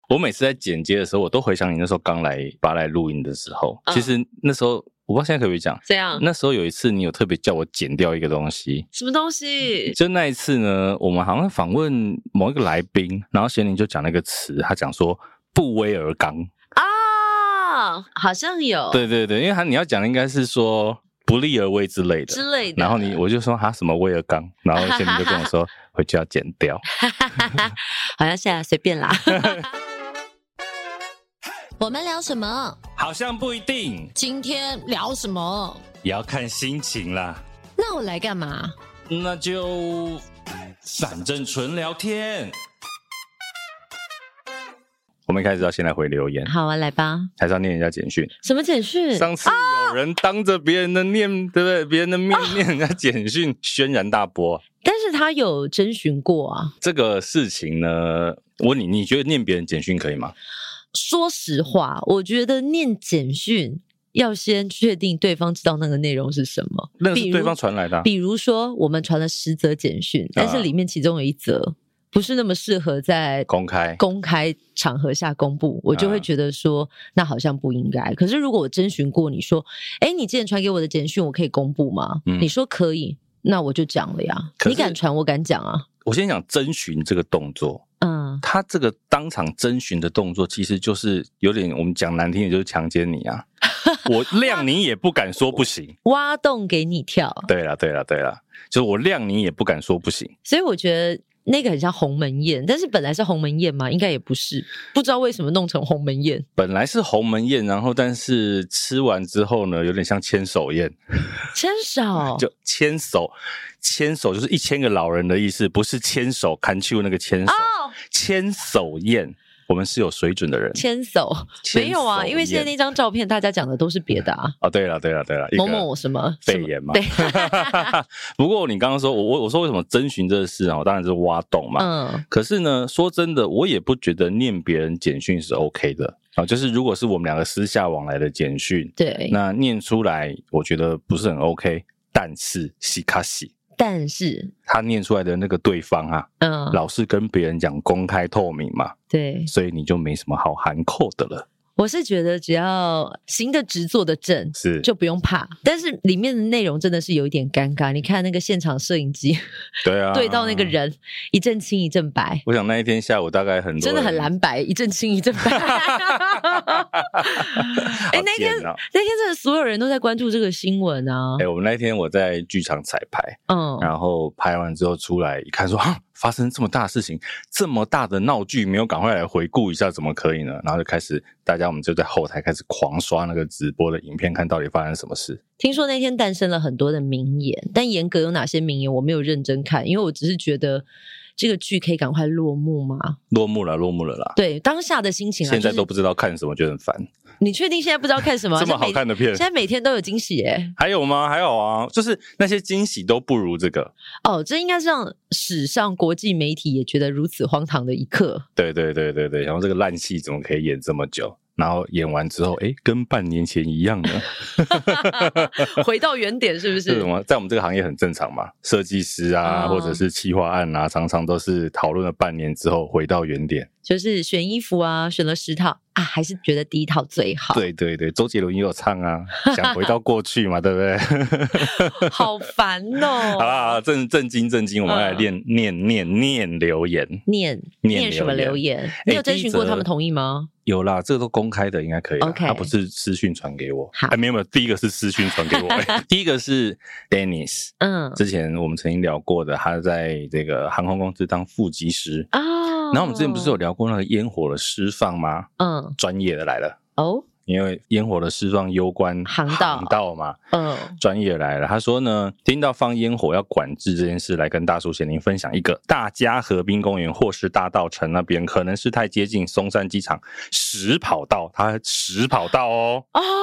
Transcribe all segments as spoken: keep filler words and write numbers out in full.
我每次在剪接的时候，我都回想你那时候刚来巴来录音的时候，嗯、其实那时候我不知道现在可不可以讲。 这样？ 那时候有一次你有特别叫我剪掉一个东西。 什么东西？ 就那一次呢，我们好像访问某一个来宾，然后贤玲就讲那个词，他讲说不威而刚啊，好像有。 对对对，因为他你要讲的应该是说不力而为之类的之类的。 然后你我就说他什么威而刚，然后贤玲就跟我说回去要剪掉。 好像现在随便啦。 我们聊什么？ 好像不一定。 今天聊什么？ 也要看心情啦。 那我来干嘛？ 那就反正纯聊天。我们一开始要先来回留言。 好啊，来吧。 还是要念人家简讯。 什么简讯？ 上次有人当着别人的念、哦、对不对？别人的面念人家简讯，轩然大波。 但是他有征询过啊。 这个事情呢，我问你，你觉得念别人简讯可以吗？ 说实话，我觉得念简讯要先确定对方知道那个内容是什么。 那是对方传来的、啊。 比如说，我们传了十则简讯，但是里面其中有一则不是那么适合在公开公开场合下公布，我就会觉得说、啊、那好像不应该。可是如果我征询过你说，诶，你之前传给我的简讯我可以公布吗、嗯、你说可以，那我就讲了呀。你敢传我敢讲啊。 我先讲征询这个动作，嗯，他这个当场征询的动作其实就是有点我们讲难听的就是强奸你啊。我晾你也不敢说不行。 挖洞给你跳。 对啦对啦对啦，就是我晾你也不敢说不行。 所以我觉得那个很像鸿门宴，但是本来是鸿门宴吗？应该也不是，不知道为什么弄成鸿门宴。 本来是鸿门宴，然后但是吃完之后呢，有点像牵手宴。 牵手？就牵手，牵手就是一千个老人的意思，不是牵手看秋那个牵手。哦，牵手宴。我们是有水准的人。 牵手没有啊，因为现在那张照片大家讲的都是别的啊。 哦，对了对了对了， 某某什么肺炎嘛。 对。 不过你刚刚说我我说为什么征询这个事啊？我当然是挖洞嘛。嗯。可是呢，说真的，我也不觉得念别人简讯是 OK 的啊。就是如果是我们两个私下往来的简讯， 对， 那念出来我觉得不是很 OK。但是西卡西。 但是他念出来的那个对方啊，嗯，老是跟别人讲公开透明嘛， 对， 所以你就没什么好含扣的了。 我是觉得只要行得直坐得正， 是就不用怕。但是里面的内容真的是有一点尴尬，你看那个现场摄影机，对啊，对到那个人一阵青一阵白。 我想那一天下午大概很多人真的很蓝白，一阵青一阵白。哎、欸，那天那天真的所有人都在关注这个新闻啊。 哎、欸，我们那天我在剧场彩排，嗯，然后拍完之后出来一看说，啊，发生这么大的事情，这么大的闹剧，没有赶快来回顾一下怎么可以呢？然后就开始大家我们就在后台开始狂刷那个直播的影片，看到底发生什么事。 听说那天诞生了很多的名言，但严格有哪些名言我没有认真看，因为我只是觉得这个剧可以赶快落幕吗？ 落幕了落幕了啦。 对，当下的心情啊， 现在都不知道看什么，觉得很烦。 你确定现在不知道看什么？ 这么好看的片， 现在每天都有惊喜耶。 还有吗？还有啊，就是那些惊喜都不如这个。 哦，这应该是让史上国际媒体也觉得如此荒唐的一刻。 对对对对对，然后这个烂戏怎么可以演这么久？然后演完之后，哎，跟半年前一样呢。 回到原点是不是？ 是什么？在我们这个行业很正常嘛，设计师啊，哦、或者是企划案啊，常常都是讨论了半年之后回到原点。 就是选衣服啊，选了十套啊，还是觉得第一套最好。 对对对，周杰伦也有唱啊，想回到过去嘛，对不对？ 好烦哦！ 好啦，好啦，正正经正经，我们来念、嗯、念念念留言， 念念什么留言？你有征询过他们同意吗？ 有啦，这个都公开的，应该可以啦。 Okay. 他不是私讯传给我，哎，没有没有，第一个是私讯传给我，第一个是 Dennis， 嗯，之前我们曾经聊过的，他在这个航空公司当副机师啊。然后我们之前不是有聊过那个烟火的释放吗？嗯，专业的来了哦。因为烟火的释放攸关航道航道嘛，嗯，专业来了。他说呢，听到放烟火要管制这件事，来跟大叔贤宁分享一个，大家河滨公园或是大稻埕那边，可能是太接近松山机场实跑道，它实跑道哦。哦。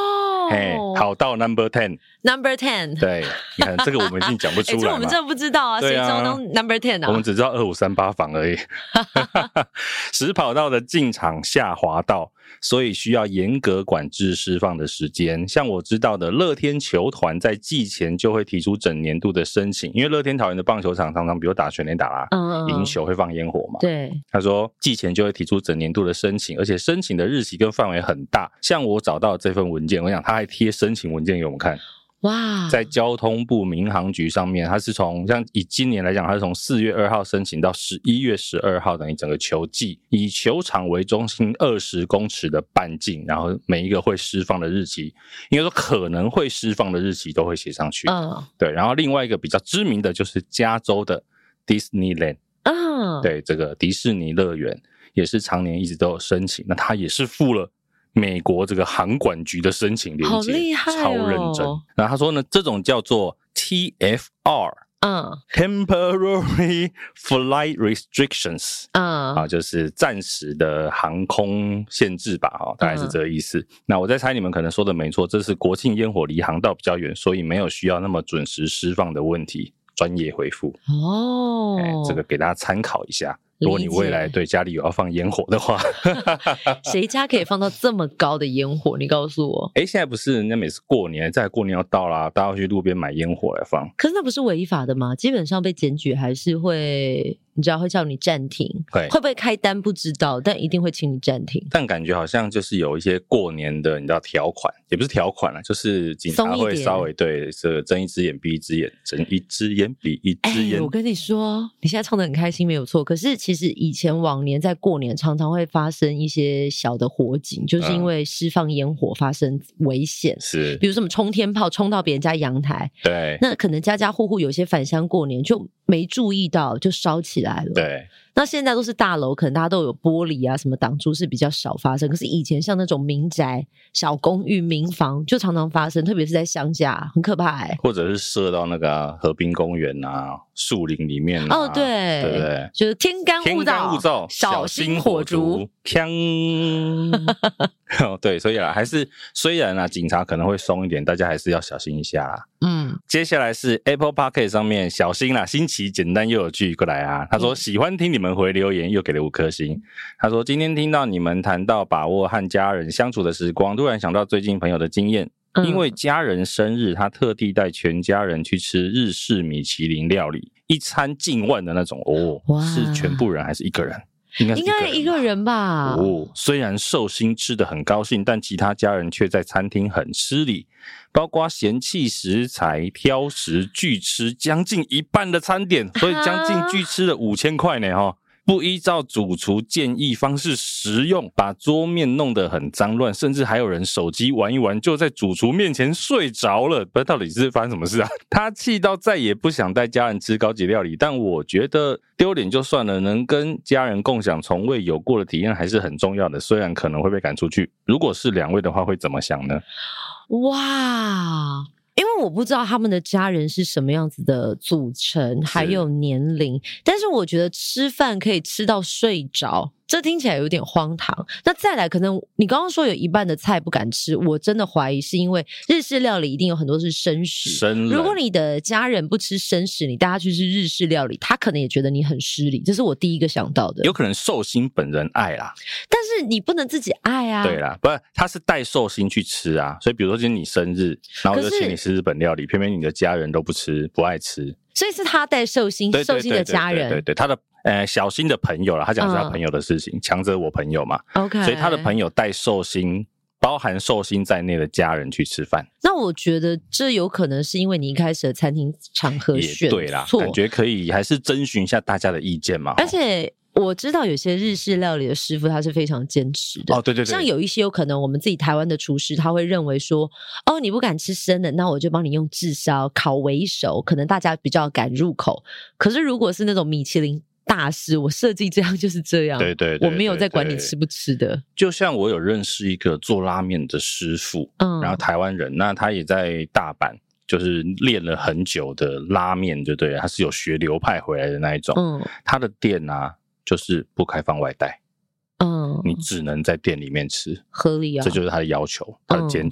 嘿，好到 number ten number ten， 对，你看这个我们已经讲不出来嘛， 欸、这我们真的不知道啊，谁知道 number ten 啊？ 我们只知道二五三八房而已。实跑道的进场下滑道，所以需要严格管制释放的时间。像我知道的，乐天球团在季前就会提出整年度的申请，因为乐天桃园的棒球场常常比如打全垒打啦，嗯，赢球会放烟火嘛。 对， 他说季前就会提出整年度的申请，而且申请的日期跟范围很大。像我找到这份文件，我想他还贴申请文件给我们看。 哇， 在交通部民航局上面，它是从像以今年来讲，它是从四月二号申请到十一月十二号，等于整个球季，以球场为中心二十公尺的半径，然后每一个会释放的日期，应该说可能会释放的日期都会写上去。嗯，对。然后另外一个比较知名的就是加州的 Disneyland， 嗯，对，这个迪士尼乐园也是常年一直都有申请，那它也是付了美国这个航管局的申请连结， 好厉害哦， 超认真。然后他说呢，这种叫做 T F R， 嗯 ，Temporary Flight Restrictions， 嗯，啊，就是暂时的航空限制吧，哦，大概是这个意思。嗯，那我在猜你们可能说的没错，这是国庆烟火离航道比较远，所以没有需要那么准时释放的问题。专业回复哦，欸，这个给大家参考一下。如果你未来对家里有要放烟火的话， 谁家可以放到这么高的烟火？你告诉我。 哎，现在不是人家每次过年，再过年要到啦，大家要去路边买烟火来放。 可是那不是违法的吗？基本上被检举还是会，你知道会叫你暂停，会会不会开单不知道，但一定会请你暂停。 但感觉好像就是有一些过年的，你知道条款，也不是条款啦，就是警察会稍微对这个睁一只眼闭一只眼，睁一只眼闭一只眼。 欸，我跟你说，你现在唱得很开心没有错，可是其实以前往年在过年常常会发生一些小的火警，就是因为释放烟火发生危险，嗯，是，比如什么冲天炮冲到别人家阳台， 对， 那可能家家户户有些返乡过年就没注意到就烧起来了， 对。 那现在都是大楼，可能大家都有玻璃啊什么挡住，是比较少发生。可是以前像那种民宅、小公寓、民房就常常发生，特别是在乡下，很可怕欸。或者是射到那个河滨公园啊、树林里面啊。 哦，对， 对不对？ 就是天干物燥， 物燥小心火烛。 锵对，所以啦，还是虽然啊，警察可能会松一点，大家还是要小心一下啦。嗯，接下来是 Apple Podcast 上面小新啦，新奇简单又有趣过来啊。他说喜欢听你们回留言，又给了五颗星。他说今天听到你们谈到把握和家人相处的时光，突然想到最近朋友的经验，因为家人生日，他特地带全家人去吃日式米其林料理，一餐近万的那种哦。是全部人还是一个人？应该是一个人吧，应该一个人吧。哦，虽然寿星吃得很高兴，但其他家人却在餐厅很失礼，包括嫌弃食材、挑食、拒吃将近一半的餐点，所以将近拒吃了五千块呢齁。不依照主厨建议方式食用，把桌面弄得很脏乱，甚至还有人手机玩一玩就在主厨面前睡着了。不知道到底是发生什么事啊？他气到再也不想带家人吃高级料理，但我觉得丢脸就算了，能跟家人共享从未有过的体验还是很重要的，虽然可能会被赶出去。如果是两位的话会怎么想呢？哇，因为我不知道他们的家人是什么样子的组成还有年龄，但是我觉得吃饭可以吃到睡着，这听起来有点荒唐。那再来，可能你刚刚说有一半的菜不敢吃，我真的怀疑是因为日式料理一定有很多是生食，生如果你的家人不吃生食，你带他去吃日式料理，他可能也觉得你很失礼，这是我第一个想到的。有可能寿星本人爱啦，但是你不能自己爱啊。对啦，不是，他是带寿星去吃啊，所以比如说今天你生日，然后我就请你吃日本料理，偏偏你的家人都不吃，不爱吃，所以是他带寿星，寿星的家人，对对对对对，他的呃，小新的朋友啦，他讲是他朋友的事情，强者、嗯、我朋友嘛 ，OK， 所以他的朋友带寿星，包含寿星在内的家人去吃饭。那我觉得这有可能是因为你一开始的餐厅场合选错，也对啦，感觉可以还是征询一下大家的意见嘛。而且我知道有些日式料理的师傅他是非常坚持的，哦，对对对，像有一些有可能我们自己台湾的厨师他会认为说，哦，你不敢吃生的，那我就帮你用炙烧、烤微熟，可能大家比较敢入口。可是如果是那种米其林大师，我设计这样就是这样，对 对, 对, 对，我没有在管你吃不吃的。就像我有认识一个做拉面的师傅，嗯，然后台湾人，那他也在大阪就是练了很久的拉面，就对了，他是有学流派回来的那一种，嗯，他的店啊就是不开放外带，嗯，你只能在店里面吃，合理啊，这就是他的要求，他的坚持。嗯，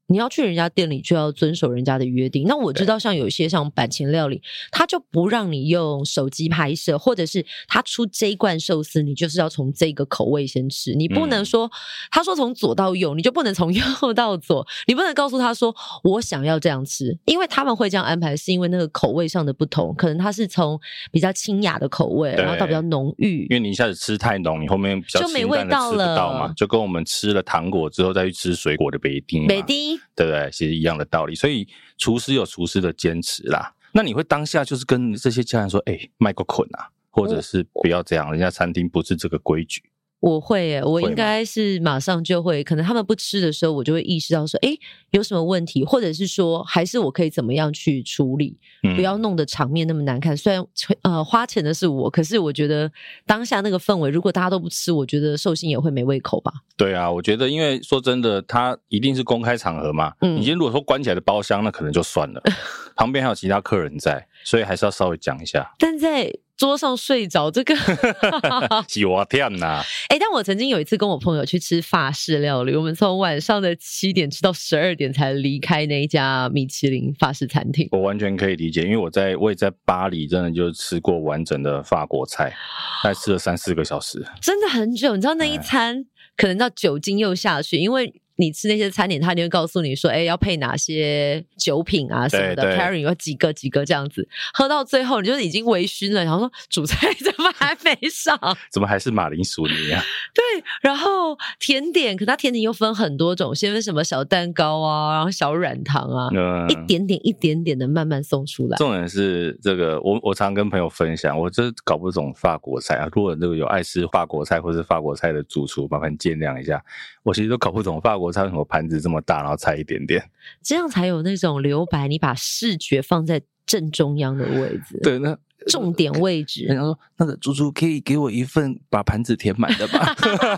你要去人家店里就要遵守人家的约定。那我知道像有一些像板前料理，他就不让你用手机拍摄，或者是他出这一罐寿司，你就是要从这个口味先吃，你不能说、嗯、他说从左到右，你就不能从右到左，你不能告诉他说我想要这样吃，因为他们会这样安排是因为那个口味上的不同，可能他是从比较清雅的口味然后到比较浓郁， 因为你一下子吃太浓，你后面比较清淡的吃不到嘛，就跟我们吃了糖果之后再去吃水果的北丁嘛， 北丁对不对？其实一样的道理，所以厨师有厨师的坚持啦。那你会当下就是跟这些家人说，哎、欸，卖个捆啊，或者是不要这样，人家餐厅不是这个规矩。 我会耶，我应该是马上就会，可能他们不吃的时候，我就会意识到说，诶，有什么问题，或者是说，还是我可以怎么样去处理，嗯、不要弄得场面那么难看。虽然呃花钱的是我，可是我觉得当下那个氛围，如果大家都不吃，我觉得寿星也会没胃口吧。 对啊，我觉得因为说真的，它一定是公开场合嘛，嗯，你今天如果说关起来的包厢，那可能就算了，旁边还有其他客人在，所以还是要稍微讲一下。 但在桌上睡着这个是我天哪！ 哎、欸，但我曾经有一次跟我朋友去吃法式料理，我们从晚上的七点吃到十二点才离开那一家米其林法式餐厅。 我完全可以理解，因为我在我也在巴黎，真的就吃过完整的法国菜，大概吃了三四个小时， 真的很久。你知道那一餐可能到酒精又下去，因为你吃那些餐点，他一定会告诉你说，哎，要配哪些酒品啊什么的 ，pairing 有几个几个这样子，喝到最后你就是已经微醺了，然后说主菜怎么还没上？ 怎么还是马铃薯泥啊？ 对，然后甜点，可它甜点又分很多种，先分什么小蛋糕啊，然后小软糖啊，嗯、一点点一点点的慢慢送出来。 重点是这个，我我常跟朋友分享，我真搞不懂法国菜啊。如果这个有爱吃法国菜或是法国菜的主厨，麻烦见谅一下，我其实都搞不懂法国菜为什么盘子这么大，然后菜一点点， 这样才有那种留白。你把视觉放在正中央的位置， 对，那重点位置。 人家说那个猪猪可以给我一份把盘子填满的吧？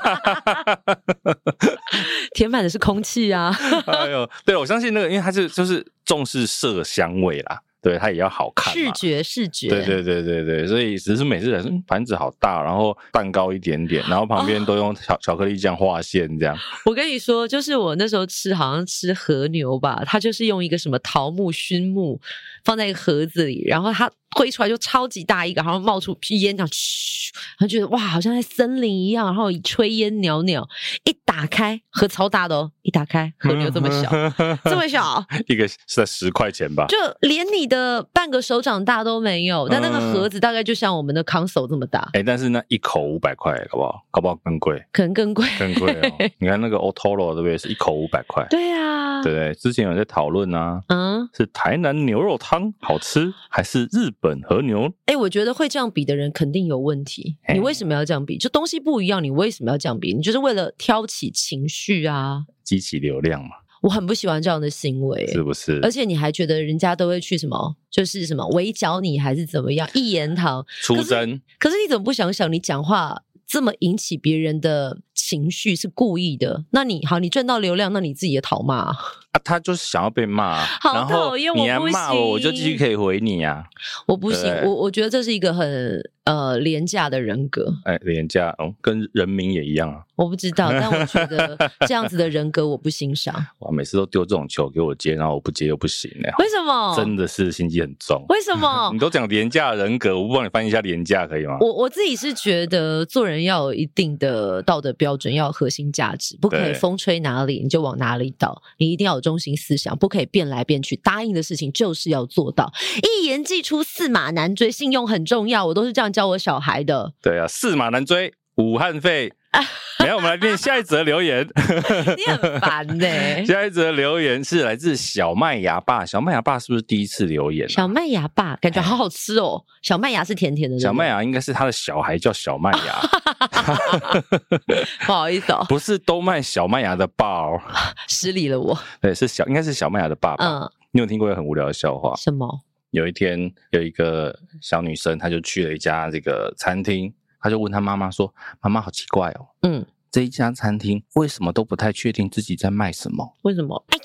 填满的是空气啊！ 哎呦，对，我相信那个，因为他是就是重视色香味啦。对，它也要好看嘛， 视觉视觉， 对对对对对，所以只是每次来说盘子好大，然后蛋糕一点点，然后旁边都用巧、哦、巧克力酱画线这样。 我跟你说，就是我那时候吃好像吃和牛吧，它就是用一个什么桃木熏木放在一个盒子里，然后它推出来就超级大一个，然后冒出烟这样，嘘，然后觉得哇，好像在森林一样，然后炊烟袅袅，一打开盒超大的哦，一打开和牛这么小，这么小， 一个是在十块钱吧， 就连你的半个手掌大都没有，但那个盒子大概就像我们的 console 这么大。 哎、欸，但是那一口五百块，搞不好，搞不好更贵， 可能更贵， 更贵哦。你看那个 Otoro 对不对？是一口五百块。 对啊， 对对，之前有人在讨论啊，嗯，是台南牛肉汤好吃，还是日本和牛？ 哎、欸，我觉得会这样比的人肯定有问题。你为什么要这样比？就东西不一样，你为什么要这样比？你就是为了挑起情绪啊， 激起流量嘛。 我很不喜欢这样的行为， 是不是？ 而且你还觉得人家都会去什么，就是什么围剿你还是怎么样，一言堂出征。 可是你怎么不想想，你讲话这么引起别人的情绪是故意的？那你好，你赚到流量，那你自己也讨骂啊。 啊，他就是想要被骂， 好讨厌， 你还骂我，我就继续可以回你啊。 我不行，我我觉得这是一个很呃廉价的人格。 哎，廉价哦，跟人民也一样啊。 我不知道，但我觉得这样子的人格我不欣赏。 哇，每次都丢这种球给我接，然后我不接又不行了。 为什么？ 真的是心机很重。 为什么？ 你都讲廉价的人格，我不帮你翻译一下廉价可以吗？ 我我自己是觉得做人要有一定的道德标准，要有核心价值，不可以风吹哪里你就往哪里倒，你一定要有中心思想，不可以变来变去。答应的事情就是要做到，一言既出，驷马难追，信用很重要。我都是这样教我小孩的。 对啊，驷马难追，武汉肺。没有，我们来念下一则留言。 你很烦欸。 下一则留言是来自小麦芽爸，小麦芽爸是不是第一次留言啊？ 小麦芽爸感觉好好吃哦，小麦芽是甜甜的。 小麦芽应该是他的小孩叫小麦芽。 不好意思哦， 不是都卖小麦芽的爸哦。 失礼了我。 对，是小，应该是小麦芽的爸爸。嗯，你有听过一个很无聊的笑话？ 什么？ 有一天有一个小女生，她就去了一家这个餐厅，她就问她妈妈说：“妈妈，好奇怪哦，嗯，这一家餐厅为什么都不太确定自己在卖什么？ 为什么？哎呦，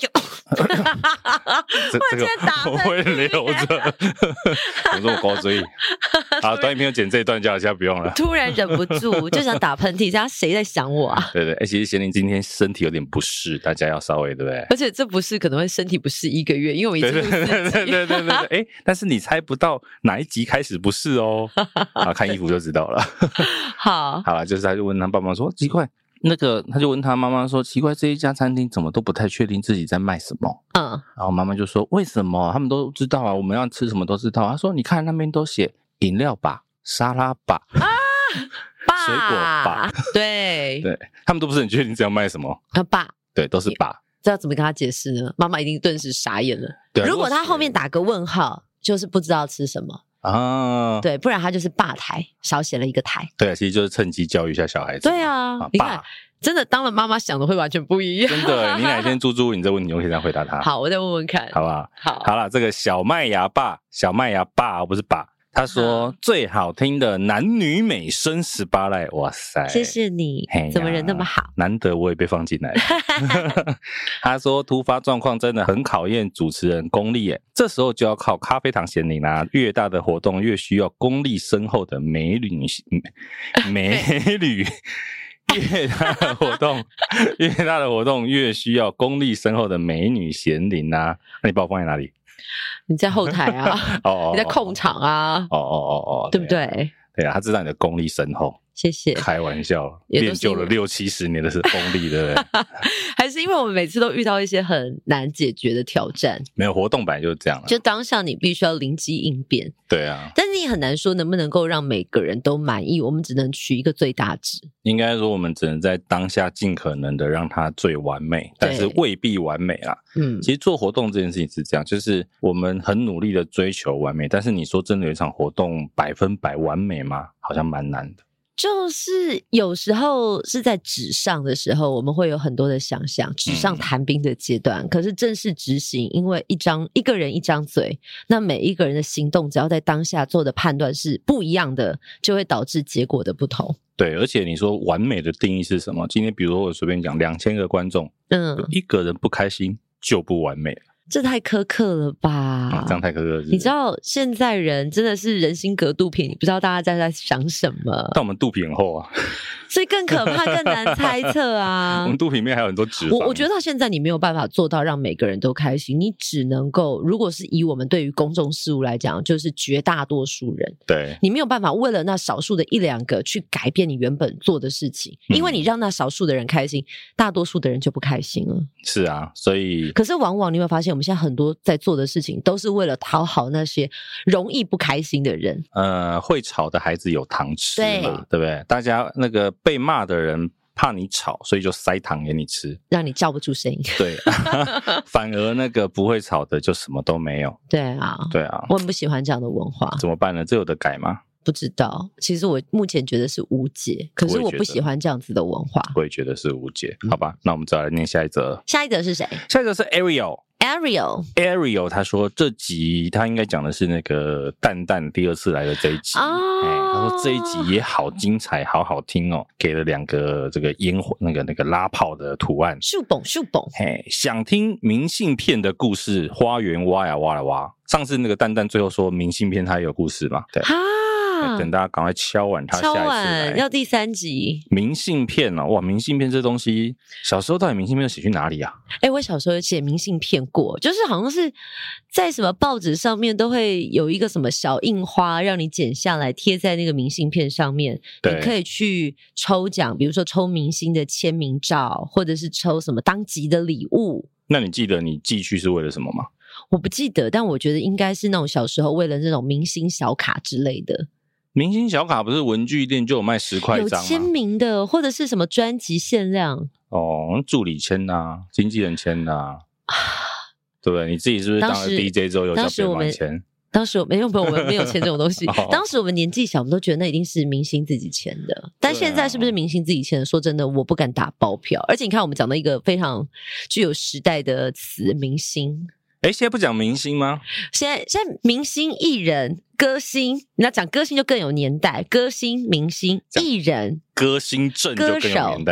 这这个我会留着。我说我高追。好，短影片剪这一段就好，现在不用了。 突然忍不住就想打喷嚏，这样谁在想我啊？ 对对，哎，其实贤玲今天身体有点不适，大家要稍微对不对？ 而且这不是可能会身体不适一个月，因为我已经录四集。 对对对对对对，哎，但是你猜不到哪一集开始不适哦。啊，看衣服就知道了。 好， 好了，就是他就问他爸妈说，奇怪。那个他就问他妈妈说，奇怪这一家餐厅怎么都不太确定自己在卖什么。嗯，然后妈妈就说为什么他们都知道啊，我们要吃什么都知道。他说你看那边都写饮料吧、沙拉吧啊、水果吧， 对对，他们都不是很确定自己要卖什么啊吧， 对，都是吧。 这要怎么跟他解释呢？妈妈一定顿时傻眼了。对，如果他后面打个问号，就是不知道吃什么啊，对，不然他就是吧台少写了一个台。 对啊，其实就是趁机教育一下小孩子。 对啊，啊你看，真的当了妈妈想的会完全不一样。 真的，你哪天猪猪，你这问题我可以这样回答他。 好，我再问问看， 好不好？ 好， 好了，这个小麦芽爸，小麦芽爸不是爸。他说最好听的男女美声十八赖，哇塞！ 谢谢你，怎么人那么好？ 难得我也被放进来了。他说突发状况真的很考验主持人功力耶，这时候就要靠咖啡糖贤玲啦。越大的活动越需要功力深厚的美女美女。越大的活动，越大的活动越需要功力深厚的美女贤玲啊！那你把我放在哪里？ 你在后台啊，哦，你在控场啊， 哦哦哦哦， 对不对？ 对啊，他知道你的功力深厚。 谢谢， 开玩笑，练就了六七十年的是功力，对不对？ 还是因为我们每次都遇到一些很难解决的挑战？ 没有，活动本来就是这样， 就当下你必须要灵机应变。 对啊， 但是你很难说能不能够让每个人都满意，我们只能取一个最大值。 应该说，我们只能在当下尽可能的让它最完美，但是未必完美啦。嗯，其实做活动这件事情是这样，就是我们很努力的追求完美，但是你说真的有一场活动百分百完美吗？好像蛮难的。 就是有时候是在纸上的时候，我们会有很多的想象，纸上谈兵的阶段。嗯、可是正式执行，因为一张一个人一张嘴，那每一个人的行动，只要在当下做的判断是不一样的，就会导致结果的不同。 对，而且你说完美的定义是什么？今天比如说我随便讲，两千个观众，嗯，有一个人不开心就不完美了。 这太苛刻了吧、 啊、这样太苛刻了是不是？ 你知道现在人真的是人心隔肚皮，你不知道大家在在想什么。 但我们肚皮很厚啊， 所以更可怕更难猜测啊。 我们肚皮里面还有很多脂肪。 我我觉得到现在你没有办法做到让每个人都开心，你只能够，如果是以我们对于公众事务来讲，就是绝大多数人，对，你没有办法为了那少数的一两个去改变你原本做的事情，因为你让那少数的人开心，大多数的人就不开心了。 是啊，所以可是往往你有没有发现我们现在很多在做的事情都是为了讨好那些容易不开心的人。 呃，会吵的孩子有糖吃嘛， 对, 对不对？大家那个被骂的人怕你吵，所以就塞糖给你吃， 让你叫不出声音。 对，反而那个不会吵的就什么都没有。 对啊，对啊，我很不喜欢这样的文化。 怎么办呢？这有得改吗？ 不知道，其实我目前觉得是无解，可是我不喜欢这样子的文化。 我也觉得是无解，好吧？那我们再来念下一则。 下一则是谁？ 下一则是 Ariel。Ariel Ariel 他说这集他应该讲的是那个蛋蛋第二次来的这一集、哦欸、他说这一集也好精彩好好听哦，给了两个这个烟火那个那个拉炮的图案， 咻蹦咻蹦。 嘿，想听明信片的故事，花园挖呀挖呀挖。上次那个蛋蛋最后说明信片他也有故事嘛，对，等大家赶快敲完他下一次来， 敲完要第三集明信片哦，哇，明信片这东西，小时候到底明信片写去哪里啊？ 哎、欸，我小时候有写明信片过，就是好像是在什么报纸上面都会有一个什么小印花，让你剪下来贴在那个明信片上面，你可以去抽奖，比如说抽明星的签名照，或者是抽什么当集的礼物。 那你记得你寄去是为了什么吗？ 我不记得，但我觉得应该是那种小时候为了那种明星小卡之类的。 明星小卡不是文具店就有卖十块一张吗？ 有签名的，或者是什么专辑限量哦，助理签啊，经纪人签啊，对不对？你自己是不是当了 D J 之后有叫别人签？ 当时我没有，我们没有签这种东西。当时我们年纪小，我们都觉得那一定是明星自己签的。但现在是不是明星自己签的？说真的，我不敢打包票。而且你看，我们讲到一个非常具有时代的词——明星。 哎，现在不讲明星吗？ 现在现在明星、艺人、歌星，你要讲歌星就更有年代。歌星、明星、艺人、 歌星证就更有年代。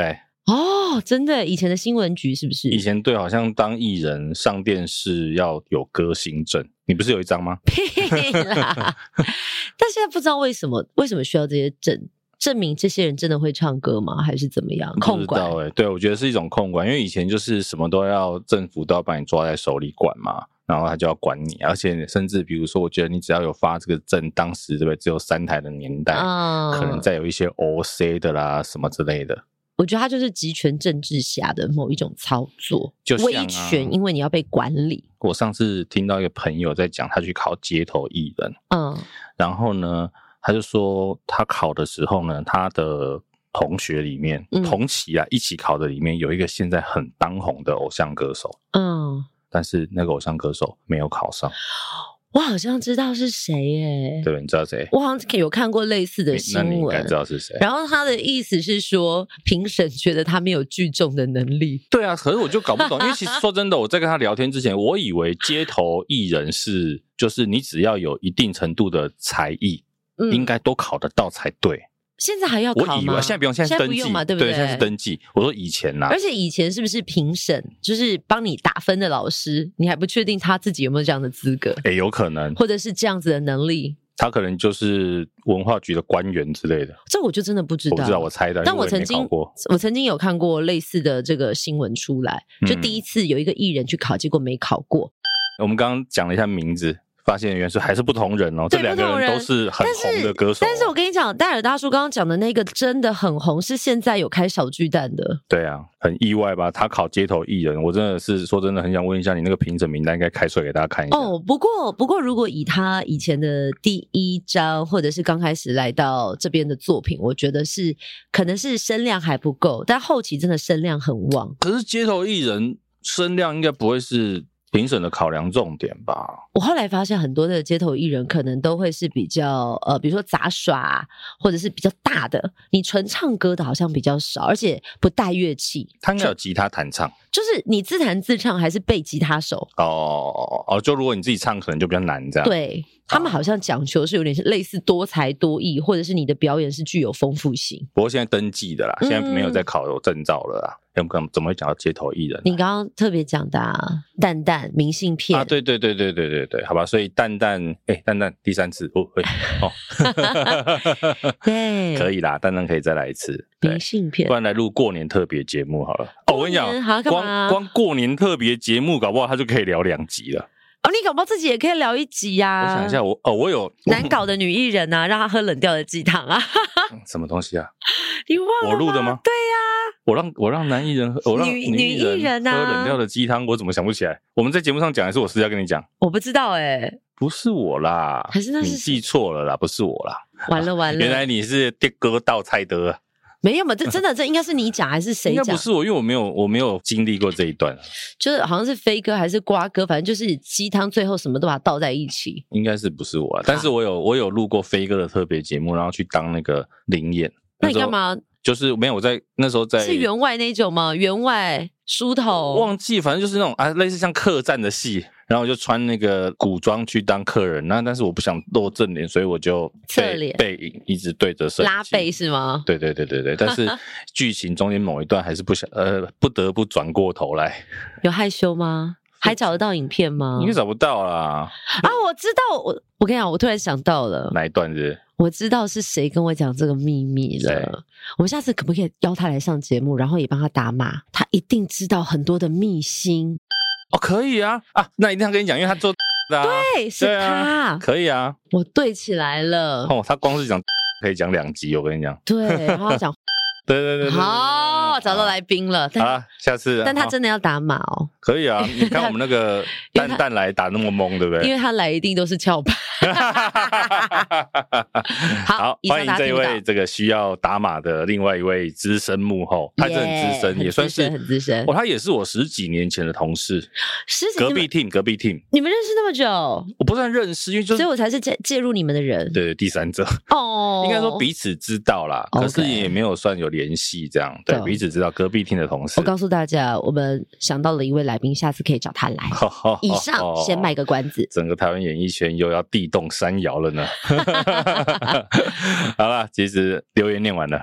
哦，真的，以前的新闻局是不是？ 以前对，好像当艺人上电视要有歌星证，你不是有一张吗？ 屁啦！但现在不知道为什么，为什么需要这些证？证明这些人真的会唱歌吗？还是怎么样？控管？ 不知道欸，对，我觉得是一种控管，因为以前就是什么都要政府都要把你抓在手里管嘛，然后他就要管你，而且甚至比如说，我觉得你只要有发这个证，当时对不对？只有三台的年代，嗯、可能再有一些 O C 的啦什么之类的。 我觉得他就是集权政治下的某一种操作， 就像啊、 威权，因为你要被管理。 我上次听到一个朋友在讲，他去考街头艺人，嗯，然后呢，他就说他考的时候呢，他的同学里面、嗯、同期啊一起考的里面有一个现在很当红的偶像歌手，嗯，但是那个偶像歌手没有考上。 我好像知道是谁耶， 对，你知道谁？ 我好像有看过类似的新闻， 那你应该知道是谁。 然后他的意思是说，评审觉得他没有聚众的能力。 对啊，可是我就搞不懂，因为其实说真的，我在跟他聊天之前，我以为街头艺人是就是你只要有一定程度的才艺，嗯、应该都考得到才对。 现在还要考吗？ 我以为现在不用，现在是登记嘛，对不对？ 对，现在是登记。我说以前呐、啊， 而且以前是不是评审就是帮你打分的老师，你还不确定他自己有没有这样的资格？ 诶，有可能， 或者是这样子的能力。 他可能就是文化局的官员之类的， 这我就真的不知道。 我不知道，我猜的。 但我曾经我, 我曾经有看过类似的这个新闻出来，就第一次有一个艺人去考，结果没考过。 我们刚刚讲了一下名字。发现原来还是不同人哦，这两个人都是很红的歌手、哦但。但是我跟你讲，戴尔大叔刚刚讲的那个真的很红，是现在有开小巨蛋的。 对啊，很意外吧？他考街头艺人，我真的是说真的很想问一下，你那个评审名单应该开出来给大家看一下。 哦，不过不过，如果以他以前的第一张，或者是刚开始来到这边的作品，我觉得是可能是声量还不够，但后期真的声量很旺。 可是街头艺人声量应该不会是评审的考量重点吧？ 我后来发现很多的街头艺人可能都会是比较呃，比如说杂耍，或者是比较大的，你纯唱歌的好像比较少，而且不带乐器。 他应该有吉他弹唱， 就是你自弹自唱还是背吉他手？ 哦哦，就如果你自己唱，可能就比较难这样。 对。他们好像讲求是有点类似多才多艺，或者是你的表演是具有丰富性。 不过现在登记的啦，现在没有在考有证照了啦。要不然怎么会讲到街头艺人、啊？ 你刚刚特别讲的、啊、蛋蛋明信片啊，对对对对对对对，好吧，所以蛋蛋，哎、欸，蛋蛋第三次哦，会哦， 对， 可以啦，蛋蛋可以再来一次明信片， 不然来录过年特别节目好了。哦，我跟你讲， 好光光过年特别节目，搞不好他就可以聊两集了。 哦，你搞不好自己也可以聊一集呀、啊！ 我想一下，我哦，我有难搞的女艺人啊，让她喝冷掉的鸡汤啊！ 什么东西啊？ 你忘了？ 我录的吗？ 对呀、啊， 我让我让男艺人喝，我让女艺人喝冷掉的鸡汤，我怎么想不起来？我们在节目上讲，还是我私下跟你讲？ 我不知道哎、欸， 不是我啦， 还是那是你记错了啦，不是我啦。 完了完了， 原来你是爹哥倒菜的。 没有嘛？这真的，这应该是你讲还是谁讲？ 应该不是我，因为我没有，我没有经历过这一段。 就是好像是飞哥还是瓜哥，反正就是鸡汤，最后什么都把它倒在一起。 应该是不是我啊？但是我有，我有录过飞哥的特别节目，然后去当那个灵演。 那你干嘛？ 就是没有我在那时候在是员外那种吗？员外梳头， 忘记，反正就是那种啊，类似像客栈的戏。然后我就穿那个古装去当客人，那但是我不想露正脸，所以我就侧脸背影一直对着摄影机拉背是吗？ 对对对对对，但是剧情中间某一段还是不想呃不得不转过头来。 有害羞吗？还找得到影片吗？ 应该找不到啦。 啊，我知道，我我跟你讲，我突然想到了哪一段是？ 我知道是谁跟我讲这个秘密了。我们下次可不可以邀他来上节目，然后也帮他打码？他一定知道很多的秘辛。 哦，可以啊啊，那一定要跟你讲，因为他做的、啊、 对，是他、 啊，可以啊， 我对起来了。 哦，他光是讲可以讲两集，我跟你讲。 对，然后讲， 对对对对， 好，找到来宾了。 好啦，下次， 但他真的要打码哦。 可以啊，你看我们那个蛋蛋来打那么懵，对不对？ 因为他来一定都是翘班。好, 好，欢迎这一位这个需要打码的另外一位资深幕后，他是很资深， yeah, 也算是很资深。 哦，他也是我十几年前的同事， 十几隔壁 team， 隔壁 team， 你们认识那么久？ 我不算认识，因为就是， 所以我才是介介入你们的人， 对，第三者哦， 应该说彼此知道啦， okay, 可是也没有算有联系这样，对，对彼此知道隔壁 team 的同事。 我告诉大家，我们想到了一位来宾，下次可以找他来。以上先卖个关子， 整个台湾演艺圈又要地动山摇了呢。好啦，其实留言念完了。 好，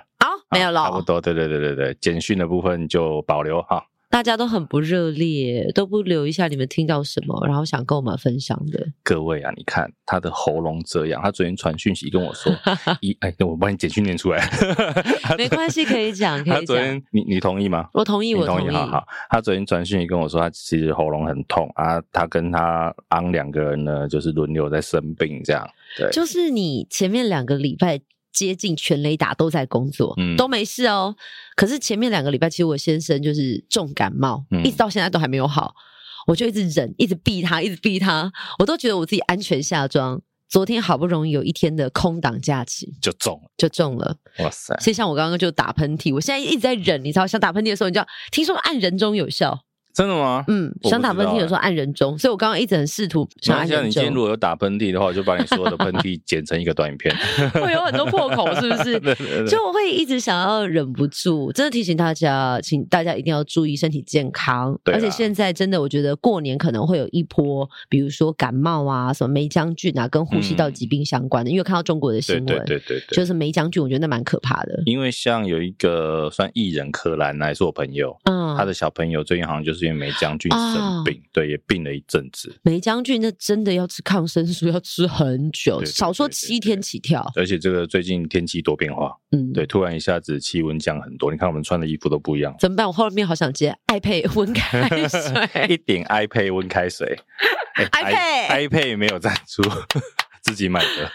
没有了， 差不多，对对对对对，简讯的部分就保留哈。 大家都很不热烈，都不留一下你们听到什么，然后想跟我们分享的。 各位啊，你看他的喉咙这样，他昨天传讯息跟我说，一哎，我帮你简讯念出来， 没关系，可以讲，可以讲。 他昨天你你同意吗？ 我同意，我同意。好好，他昨天传讯息跟我说，他其实喉咙很痛啊，他跟他昂两个人呢，就是轮流在生病这样。对， 就是你前面两个礼拜接近全雷打都在工作、嗯、都没事哦，可是前面两个礼拜其实我先生就是重感冒、嗯、一直到现在都还没有好，我就一直忍，一直避他，一直避他，我都觉得我自己安全下装。昨天好不容易有一天的空档假期就中了就中了， 哇塞！ 所以像我刚刚就打喷嚏，我现在一直在忍，你知道想打喷嚏的时候你就要听说按人中有效。 真的吗？ 嗯，想打喷嚏有时候按人中，所以我刚刚一直很试图想按人中。 那你今天如果有打喷嚏的话，我就把你所有的喷嚏剪成一个短影片， 会有很多破口，是不是？对对对，就我会一直想要忍不住，真的提醒大家，请大家一定要注意身体健康。而且现在真的，我觉得过年可能会有一波，比如说感冒啊、什么梅将军啊，跟呼吸道疾病相关的。嗯、因为看到中国的新闻，对对对对，就是梅将军，我觉得那蛮可怕的。 因为像有一个算艺人柯蓝来是我朋友，嗯，他的小朋友最近好像就是因为梅将军。生病、啊、对，也病了一阵子。 梅将军那真的要吃抗生素，要吃很久，少说七天起跳。 而且这个最近天气多变化，嗯，对，突然一下子气温降很多，你看我们穿的衣服都不一样。 怎么办？我后面好想接爱配温开水， 一顶爱配温开水， 爱配爱配没有赞助。自己买的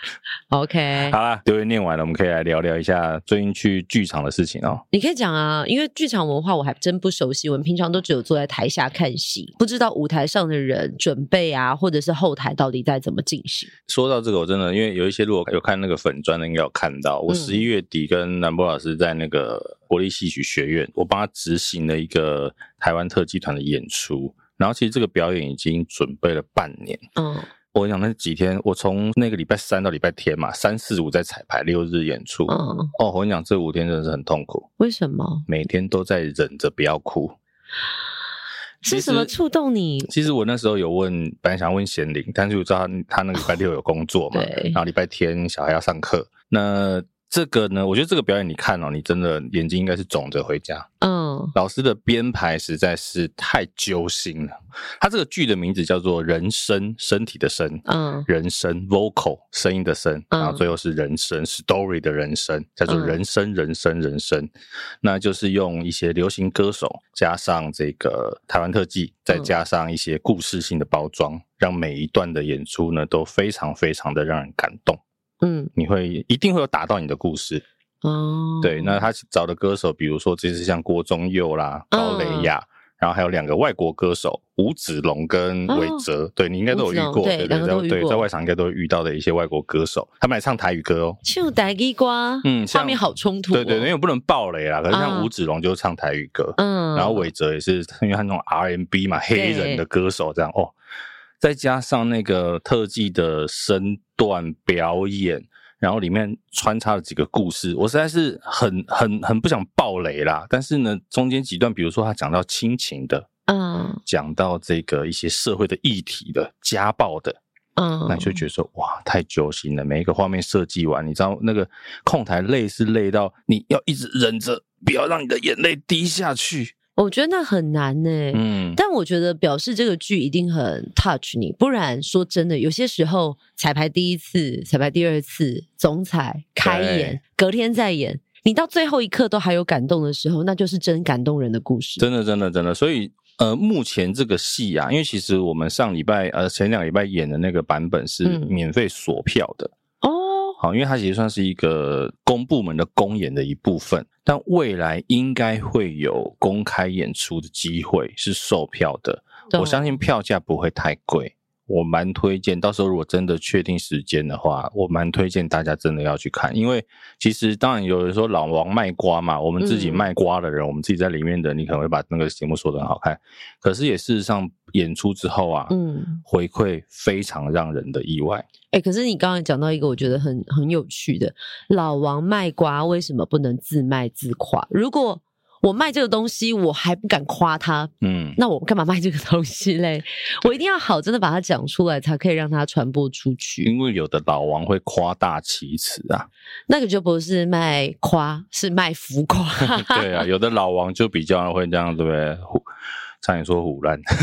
OK 好啦，留言念完了，我们可以来聊聊一下最近去剧场的事情哦。 你可以讲啊，因为剧场文化我还真不熟悉，我们平常都只有坐在台下看戏，不知道舞台上的人准备啊，或者是后台到底在怎么进行。 说到这个，我真的因为有一些如果有看那个粉专的应该有看到，我十一月底跟南波老师在那个国立戏曲学院，我帮他执行了一个台湾特技团的演出，然后其实这个表演已经准备了半年。嗯，我讲那几天，我从那个礼拜三到礼拜天嘛，三四五在彩排，六日演出。嗯，哦，我跟你讲，这五天真的是很痛苦。 为什么？ 每天都在忍着不要哭。 是什么触动你？ 其实我那时候有问，本来想问贤玲，但是我知道他他那个礼拜六有工作嘛，然后礼拜天小孩要上课。那这个呢，我觉得这个表演你看哦，你真的眼睛应该是肿着回家。嗯，老师的编排实在是太揪心了。他这个剧的名字叫做人声，身体的声，嗯，人声 vocal 声音的声，嗯，然后最后是人声 story 的人声，叫做人声人声人声。那就是用一些流行歌手加上这个台湾特技，再加上一些故事性的包装，让每一段的演出呢都非常非常的让人感动。嗯，你会一定会有打到你的故事哦。对，那他找的歌手，比如说这次像郭宗佑啦、高蕾雅，嗯，然后还有两个外国歌手吴子龙跟韦哲，哦，对你应该都有遇过，对对对，对，在外场应该都会遇到的一些外国歌手，他们来唱台语歌哦， 唱台语歌，嗯，画面好冲突，哦， 对对，因为不能爆雷啦。可是像吴子龙就唱台语歌，嗯，然后韦哲也是因为他那种 R and B 嘛，黑人的歌手这样哦。再加上那个特技的身段表演，然后里面穿插了几个故事，我实在是很很很不想爆雷啦。但是呢，中间几段，比如说他讲到亲情的，嗯，讲到这个一些社会的议题的、家暴的，嗯，那你就觉得说哇，太揪心了。每一个画面设计完，你知道那个控台累是累到你要一直忍着，不要让你的眼泪滴下去。 我觉得那很难欸，嗯，但我觉得表示这个剧一定很 touch 你，不然说真的，有些时候彩排第一次、彩排第二次、总彩、开演、隔天再演，你到最后一刻都还有感动的时候，那就是真感动人的故事。 真的，真的，真的。所以，呃，目前这个戏啊，因为其实我们上礼拜呃前两礼拜演的那个版本是免费锁票的。嗯好，因为它其实算是一个公部门的公演的一部分，但未来应该会有公开演出的机会是售票的，我相信票价不会太贵，我蛮推荐，到时候如果真的确定时间的话，我蛮推荐大家真的要去看，因为其实当然有人说老王卖瓜嘛，我们自己卖瓜的人，嗯，我们自己在里面的，你可能会把那个节目说得很好看，可是也事实上演出之后啊，嗯，回馈非常让人的意外。 欸，可是你刚刚讲到一个我觉得很很有趣的，老王卖瓜为什么不能自卖自夸？如果我卖这个东西我还不敢夸他，嗯，那我干嘛卖这个东西嘞？我一定要好真的把它讲出来，才可以让它传播出去。 因为有的老王会夸大其词啊， 那个就不是卖夸，是卖浮夸。 对啊，有的老王就比较会这样，对不对？差点说唬烂，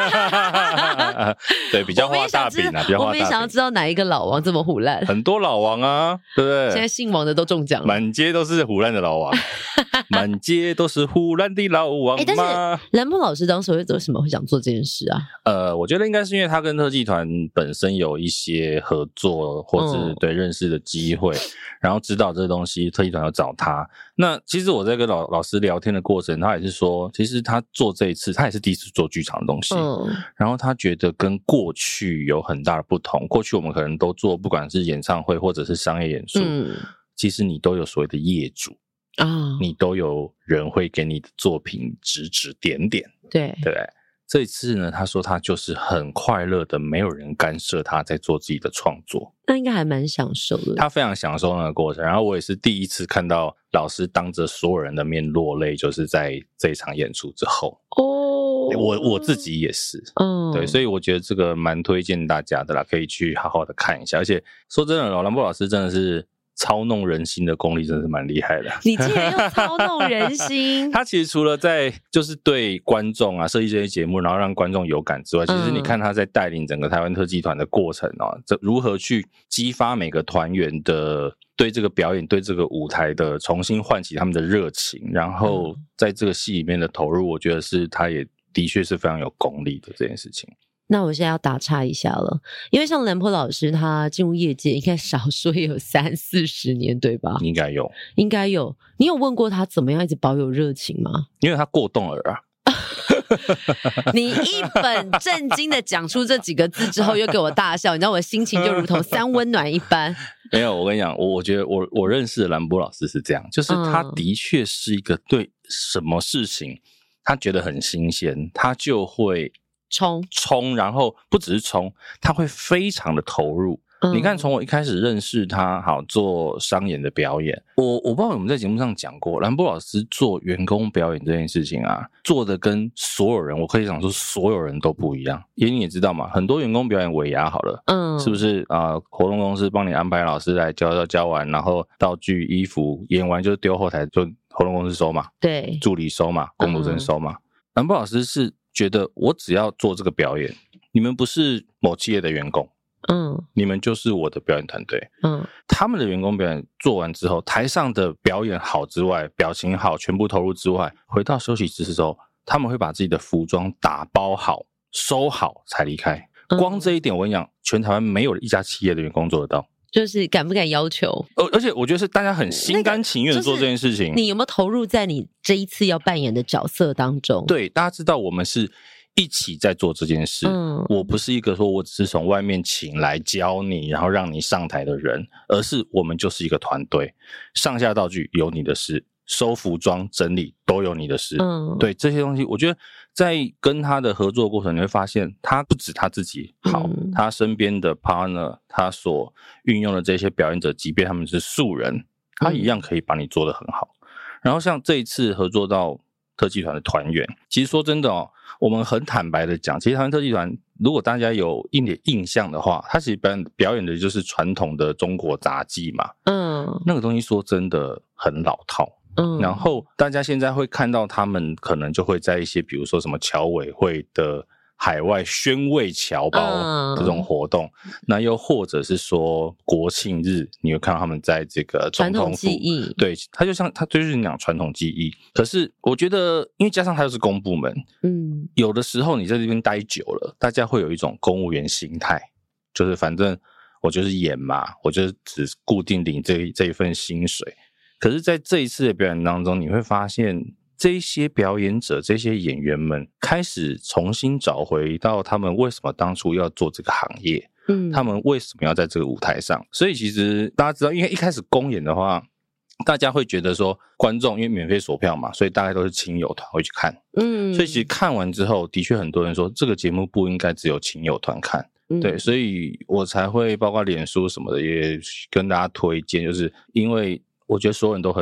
对，比较画大饼啊，比较画大饼。 我们也想要知道哪一个老王这么唬烂， 很多老王啊，对不对？ 现在姓王的都中奖了， 满街都是唬烂的老王，满街都是唬烂的老王嘛。 欸、但是兰波老师当时为什么会想做这件事啊？ 呃，我觉得应该是因为他跟特技团本身有一些合作，或是、嗯、对认识的机会，然后知道这个东西，特技团要找他。那其实我在跟老老师聊天的过程，他也是说，其实他做这一次，他也是第一次做剧场的东西，嗯，然后他觉得跟过去有很大的不同。过去我们可能都做，不管是演唱会或者是商业演出，嗯，其实你都有所谓的业主啊、哦，你都有人会给你的作品指指点点， 对对不对？这一次呢，他说他就是很快乐的，没有人干涉他在做自己的创作， 那应该还蛮享受的。 他非常享受那个过程，然后我也是第一次看到老师当着所有人的面落泪，就是在这一场演出之后。哦，我我自己也是，嗯，对，所以我觉得这个蛮推荐大家的啦，可以去好好的看一下。而且说真的，兰波老师真的是操弄人心的功力真的是蛮厉害的。 你竟然用操弄人心他其实除了在就是对观众啊设计这些节目，然后让观众有感之外，其实你看他在带领整个台湾特技团的过程啊，这如何去激发每个团员的对这个表演对这个舞台的重新唤起他们的热情，然后在这个戏里面的投入，我觉得是他也的确是非常有功力的这件事情。 那我现在要打岔一下了，因为像兰波老师他进入业界应该少说也有三四十年对吧？ 应该有应该有。你有问过他怎么样一直保有热情吗？ 因为他过动儿啊。 你一本正经的讲出这几个字之后又给我大笑，你知道我的心情就如同三温暖一般。 没有，我跟你讲，我我觉得我我认识的兰波老师是这样，就是他的确是一个对什么事情他觉得很新鲜，他就会冲冲，然后不只是冲，他会非常的投入。嗯、你看，从我一开始认识他，好做商演的表演，我我不知道我们在节目上讲过，兰波老师做员工表演这件事情啊，做的跟所有人，我可以讲说所有人都不一样。因为你也知道嘛，很多员工表演尾牙好了，嗯，是不是啊、呃？活动公司帮你安排老师来教教教完，然后道具、衣服演完就丢后台，就活动公司收嘛， 对， 助理收嘛，工读生收嘛。兰波老师是觉得我只要做这个表演，你们不是某企业的员工。嗯，你们就是我的表演团队。嗯，他们的员工表演做完之后，台上的表演好之外，表情好，全部投入之外，回到休息室之后，他们会把自己的服装打包好、收好才离开。光这一点，我跟你讲，全台湾没有一家企业的员工做得到。 就是敢不敢要求？ 而而且我觉得是大家很心甘情愿的做这件事情。 那個就是、你有没有投入在你这一次要扮演的角色当中？ 对，大家知道我们是一起在做这件事、嗯、我不是一个说我只是从外面请来教你然后让你上台的人，而是我们就是一个团队，上下道具有你的事，收服装整理都有你的事、嗯、对，这些东西我觉得在跟他的合作过程你会发现他不止他自己好、嗯、他身边的 partner 他所运用的这些表演者即便他们是素人，他一样可以把你做得很好、嗯、然后像这一次合作到特技团的团员，其实说真的哦，我们很坦白的讲，其实台湾特技团如果大家有一点印象的话，它其实表演表演的就是传统的中国杂技嘛，嗯，那个东西说真的很老套，嗯，然后大家现在会看到他们可能就会在一些比如说什么侨委会的海外宣慰侨胞这种活动、嗯、那又或者是说国庆日你会看到他们在这个总统府，传统技艺，对，他就像他就是讲传统技艺。可是我觉得因为加上他又是公部门，嗯，有的时候你在这边待久了，大家会有一种公务员心态，就是反正我就是演嘛，我就是只固定领这这一份薪水。可是在这一次的表演当中，你会发现这些表演者这些演员们开始重新找回到他们为什么当初要做这个行业，嗯，他们为什么要在这个舞台上。所以其实大家知道，因为一开始公演的话，大家会觉得说观众因为免费锁票嘛，所以大概都是亲友团会去看，嗯，所以其实看完之后的确很多人说这个节目不应该只有亲友团看，嗯，对，所以我才会包括脸书什么的也跟大家推荐，就是因为我觉得所有人都很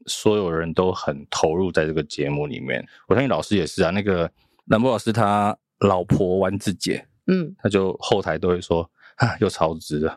所有人都很投入在这个节目里面。我相信老师也是啊，那个兰波老师他老婆丸子姐，嗯，他就后台都会说啊，又超支了。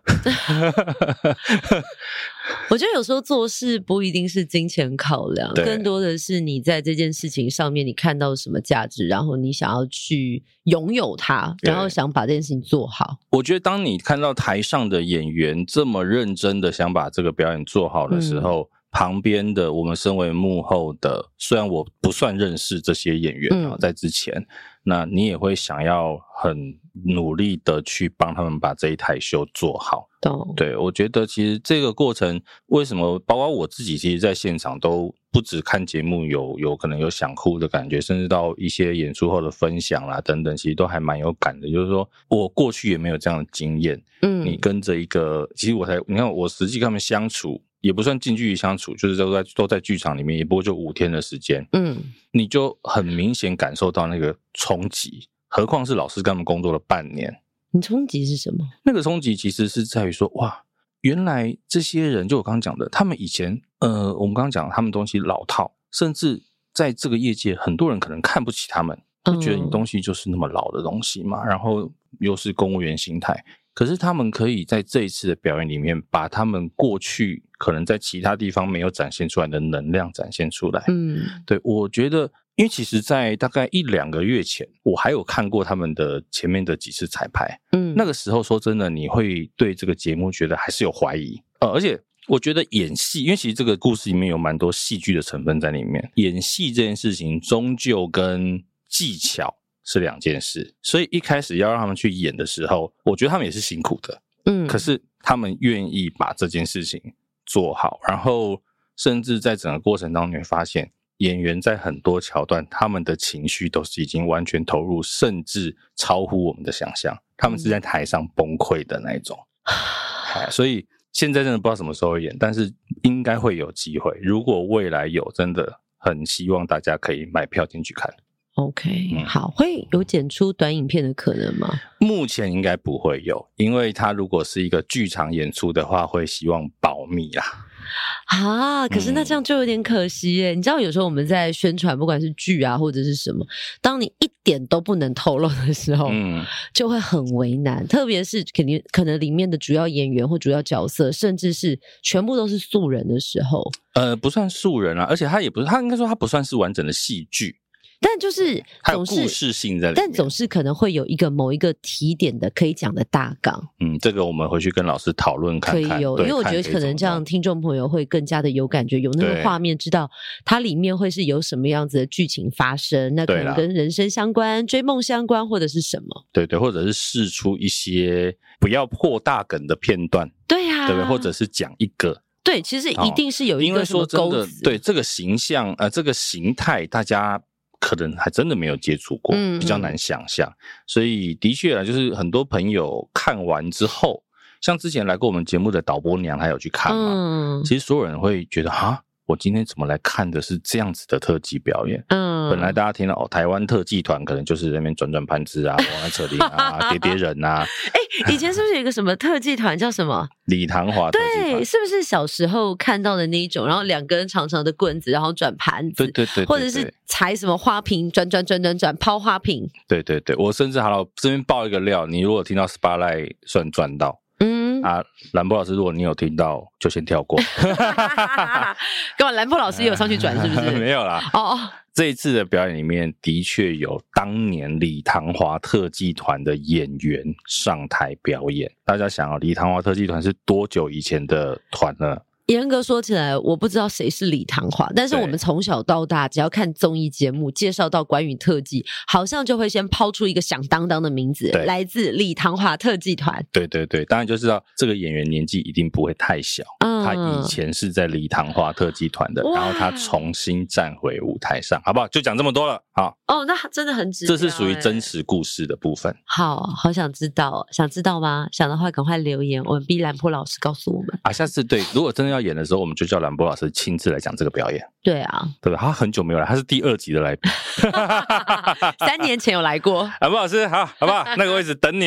我觉得有时候做事不一定是金钱考量，更多的是你在这件事情上面你看到什么价值，然后你想要去拥有它，然后想把这件事情做好。 我觉得当你看到台上的演员这么认真的想把这个表演做好的时候，嗯，旁边的我们身为幕后的，虽然我不算认识这些演员啊，嗯，在之前，那你也会想要很努力的去帮他们把这一台秀做好。对，我觉得其实这个过程为什么包括我自己其实在现场都不只看节目有有可能有想哭的感觉，甚至到一些演出后的分享啦等等，其实都还蛮有感的。就是说我过去也没有这样的经验，嗯，你跟着一个，其实我才你看我实际跟他们相处也不算近距离相处，就是都在都在剧场里面，也不过就五天的时间，嗯，你就很明显感受到那个冲击，何况是老师跟他们工作了半年。 你冲击是什么？ 那个冲击其实是在于说，哇，原来这些人就我刚刚讲的，他们以前呃，我们刚刚讲他们东西老套，甚至在这个业界很多人可能看不起他们，会觉得你东西就是那么老的东西嘛，嗯，然后又是公务员心态。可是他们可以在这一次的表演里面把他们过去可能在其他地方没有展现出来的能量展现出来。嗯，对，我觉得因为其实在大概一两个月前我还有看过他们的前面的几次彩排。嗯，那个时候说真的你会对这个节目觉得还是有怀疑。呃，而且我觉得演戏，因为其实这个故事里面有蛮多戏剧的成分在里面，演戏这件事情终究跟技巧是两件事，所以一开始要让他们去演的时候，我觉得他们也是辛苦的，嗯，可是他们愿意把这件事情做好，然后甚至在整个过程当中你会发现演员在很多桥段他们的情绪都是已经完全投入，甚至超乎我们的想象，他们是在台上崩溃的那一种。所以现在真的不知道什么时候会演，但是应该会有机会，如果未来有，真的很希望大家可以买票进去看。 OK，嗯，好，会有剪出短影片的可能吗？ 目前应该不会有，因为它如果是一个剧场演出的话，会希望保密啦。 啊，可是那这样就有点可惜耶，嗯，你知道有时候我们在宣传不管是剧啊或者是什么，当你一点都不能透露的时候，嗯，就会很为难，特别是肯定可能里面的主要演员或主要角色甚至是全部都是素人的时候。 呃，不算素人啊，而且他也不是，他应该说他不算是完整的戏剧， 但就是总是还有故事性在里面， 但总是可能会有一个某一个提点的可以讲的大纲。 嗯，这个我们回去跟老师讨论看看。 可以有，因为我觉得可能这样听众朋友会更加的有感觉，有那个画面，知道它里面会是有什么样子的剧情发生，那可能跟人生相关、追梦相关，或者是什么。 对对，或者是释出一些不要破大梗的片段。 对啊， 对不对？或者是讲一个。 对，其实一定是有一个什么钩子。因为说真的， 对这个形象呃，这个形态，大家可能还真的没有接触过，嗯嗯，比较难想象。所以的确啊，就是很多朋友看完之后，像之前来过我们节目的导播娘还有去看嘛，嗯，其实所有人会觉得哈，我今天怎么来看的是这样子的特技表演？嗯，本来大家听到哦，台湾特技团可能就是在那边转转盘子啊，往来扯铃啊，叠叠人啊。 哎，以前是不是有一个什么特技团叫什么？ 李唐华特技团。 对，是不是小时候看到的那一种？然后两根长长的棍子，然后转盘子， 对对 对, 对, 对， 或者是踩什么花瓶，转转转转转抛花瓶。 对对对，我甚至好了，这边爆一个料，你如果听到 Spotlight 算赚到。嗯啊，兰波老师，如果你有听到，就先跳过。 干嘛？兰波老师也有上去转，是不是？ 没有啦。哦哦，这一次的表演里面，的确有当年李唐华特技团的演员上台表演。大家想啊，李唐华特技团是多久以前的团呢？ 严格说起来，我不知道谁是李唐华，但是我们从小到大只要看综艺节目介绍到关于特技，好像就会先抛出一个响当当的名字，来自李唐华特技团。 对对对，当然就知道这个演员年纪一定不会太小，嗯，他以前是在李唐华特技团的，然后他重新站回舞台上，好不好？就讲这么多了。好哦，那真的很值得， 这是属于真实故事的部分。 好好想知道，想知道吗？想的话赶快留言，我们逼兰波老师告诉我们啊。 下次对，如果真的要演的时候，我们就叫兰波老师亲自来讲这个表演。 对啊， 对吧？他很久没有来，他是第二集的来宾， 三年前有来过。 兰波老师，好，好不好？那个位置等你了。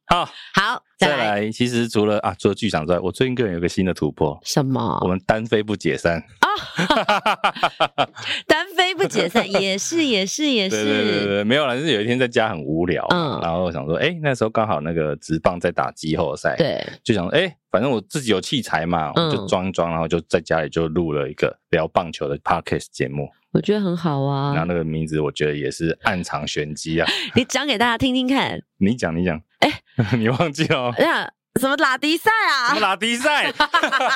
好， 好， 再再来。其实除了啊，除了剧场之外，我最近个人有个新的突破。 什么？ 我们单飞不解散哦，单飞不解散，也是也是也是。 对对对对，没有啦，就是有一天在家很无聊，嗯，然后我想说，哎，那时候刚好那个职棒在打季后赛， 对， 就想说，哎，反正我自己有器材嘛，我就装一装，然后就在家里就录了一个聊棒球的 podcast 节目。 我觉得很好啊， 然后那个名字我觉得也是暗藏玄机啊。 你讲给大家听听看。 你讲你讲。 哎， 你忘记了？ 哎呀，什么拉迪赛啊？ 什么拉迪赛？ 怎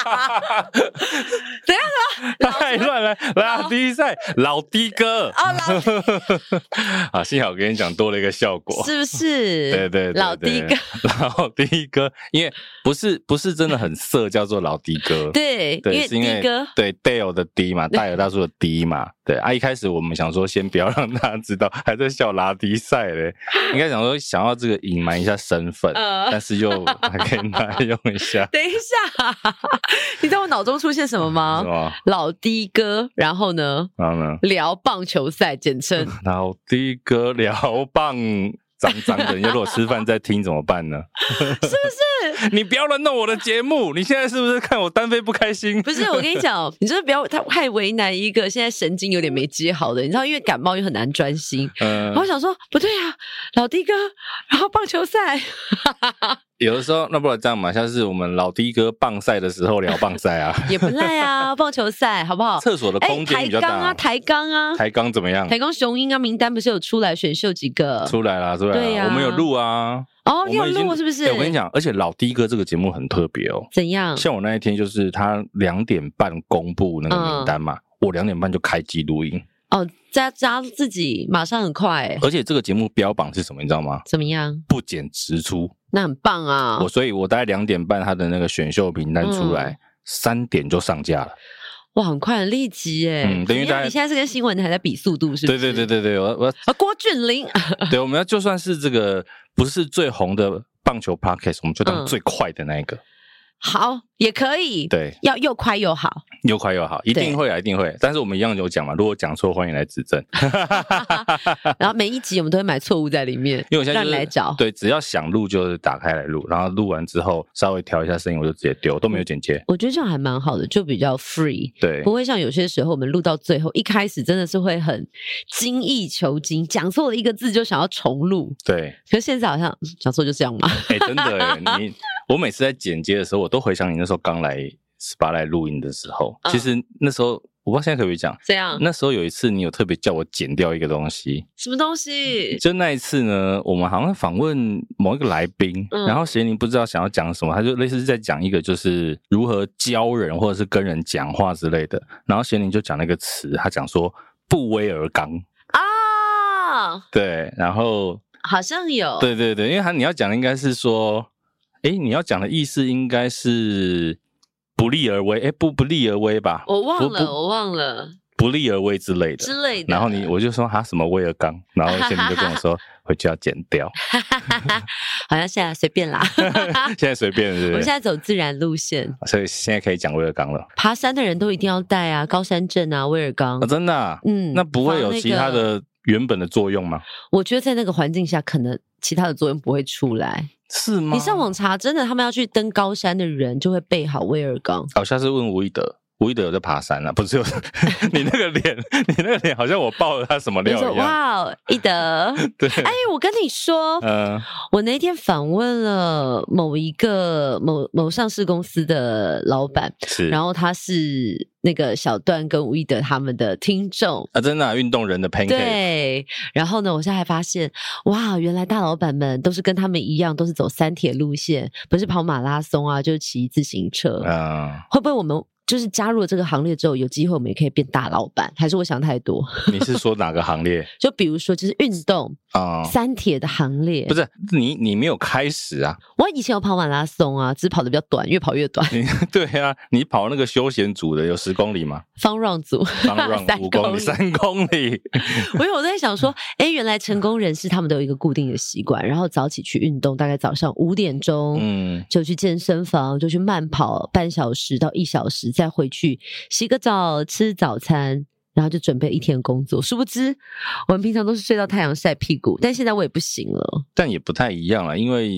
样的？太乱了！拉迪赛，老的哥。 哦，老啊，幸好我跟你讲多了一个效果， 是不是？ 对对对， 老的哥， 老的哥，因为不是不是真的很色，叫做老的哥。 对， 对，是因为对 Dale 的 D 嘛，戴尔大叔的 D 嘛。对啊，一开始我们想说先不要让大家知道，还在笑拉迪赛嘞，应该想说想要这个隐瞒一下身份，呃、但是又还可以拿来用一下。 等一下，你知道我脑中出现什么吗？ 什么？ 老的哥，然后呢？ 然后呢？ 聊棒球赛，简称老的哥聊棒。脏脏的，人家如果吃饭在听怎么办呢？ 是不是？ 你不要乱弄我的节目！你现在是不是看我单飞不开心？ 不是，我跟你讲，你就是不要太为难一个现在神经有点没接好的，你知道，因为感冒又很难专心。嗯，然后我想说，不对啊，老的哥，然后棒球赛。 有的时候，那不然这样嘛，像是我们老的哥棒赛的时候聊棒赛啊， 也不赖啊，棒球赛好不好？ 厕所的空间比较大。 抬杠啊，抬杠啊， 抬杠怎么样？ 抬杠雄鹰啊，名单不是有出来选秀几个？ 出来啦，出来啦，对啊，我们有录啊。 哦，你有录是不是？ 欸，我跟你讲，而且老的哥这个节目很特别哦。 怎样？ 像我那一天就是他两点半公布那个名单嘛，嗯，我两点半就开机录音。 哦，加加自己马上很快欸。 而且这个节目标榜是什么，你知道吗？ 怎么样？ 不剪直出。 那很棒啊！ 我所以，我大概两点半他的那个选秀名单出来，三，嗯，点就上架了。 哇，很快，很立即耶！嗯，等于大家你现在是跟新闻台在比速度，是不是？ 对对对对对，我我啊，郭俊霖。 对，我们要就算是这个不是最红的棒球 podcast， 我们就当最快的那一个。嗯， 好，也可以。 对， 要又快又好， 又快又好，一定会啊，一定会。但是我们一样有讲嘛，如果讲错，欢迎来指正。 然后每一集我们都会买错误在里面， 因为我现在，就是， 让你来找。 对，只要想录就是打开来录，然后录完之后稍微调一下声音，我就直接丢，都没有剪接。 我觉得这样还蛮好的，就比较 free， 对， 不会像有些时候我们录到最后，一开始真的是会很精益求精，讲错了一个字就想要重录。 对， 可是现在好像讲错就这样嘛。 哎，欸，真的哎，你我每次在剪接的时候，我都回想你那时候刚来十八来录音的时候，嗯，其实那时候。我不知道现在可不可以讲， 这样那时候有一次你有特别叫我剪掉一个东西， 什么东西？ 就那一次呢，我们好像访问某一个来宾，嗯，然后贤宁不知道想要讲什么，他就类似在讲一个就是如何教人或者是跟人讲话之类的，然后贤宁就讲那个词，他讲说不威而刚啊，对，然后好像有， 对对对，因为他你要讲的应该是说，诶，你要讲的意思应该是。不利而为，哎，不不利而为吧？ 我忘了，我忘了， 不利而为之类的之类的。 然后你我就说哈什么威尔刚，然后现在就跟我说回去要剪掉。 好像现在随便啦， 现在随便是不是？ 我们现在走自然路线， 所以现在可以讲威尔刚了。 爬山的人都一定要带啊，高山症啊，威尔刚、 哦、真的、啊，嗯，那不会有其他的原本的作用吗？ 我觉得在那个环境下，可能其他的作用不会出来。 是吗？ 你上网查，真的，他们要去登高山的人就会备好威尔刚。 好，下次问吴一德，吴一德有在爬山啊？不是有？你那个脸，你那个脸好像我爆了他什么料一样。 哇，一德， 对， 哎，我跟你说，嗯、呃，我那天访问了某一个某某上市公司的老板， 是， 然后他是那个小段跟吴一德他们的听众啊，真的、啊、运动人的 pancake。 对，然后呢，我现在还发现，哇，原来大老板们都是跟他们一样，都是走三铁路线，不是跑马拉松啊，就是骑自行车。嗯，会不会我们？就是加入了这个行列之后，有机会我们也可以变大老板，还是我想太多？ 你是说哪个行列？ 就比如说，就是运动啊，三铁的行列。 不是你，你没有开始啊。 我以前有跑马拉松啊，只是跑得比较短，越跑越短。 对啊，你跑那个休闲组的有十公里吗？ 方 run 组， 方 run 五公里，三公里。 我有我在想说，哎，原来成功人士他们都有一个固定的习惯，然后早起去运动，大概早上五点钟，嗯，就去健身房，就去慢跑半小时到一小时。再回去洗个澡吃早餐，然后就准备一天工作。殊不知我们平常都是睡到太阳晒屁股，但现在我也不行了。 但也不太一样啦，因为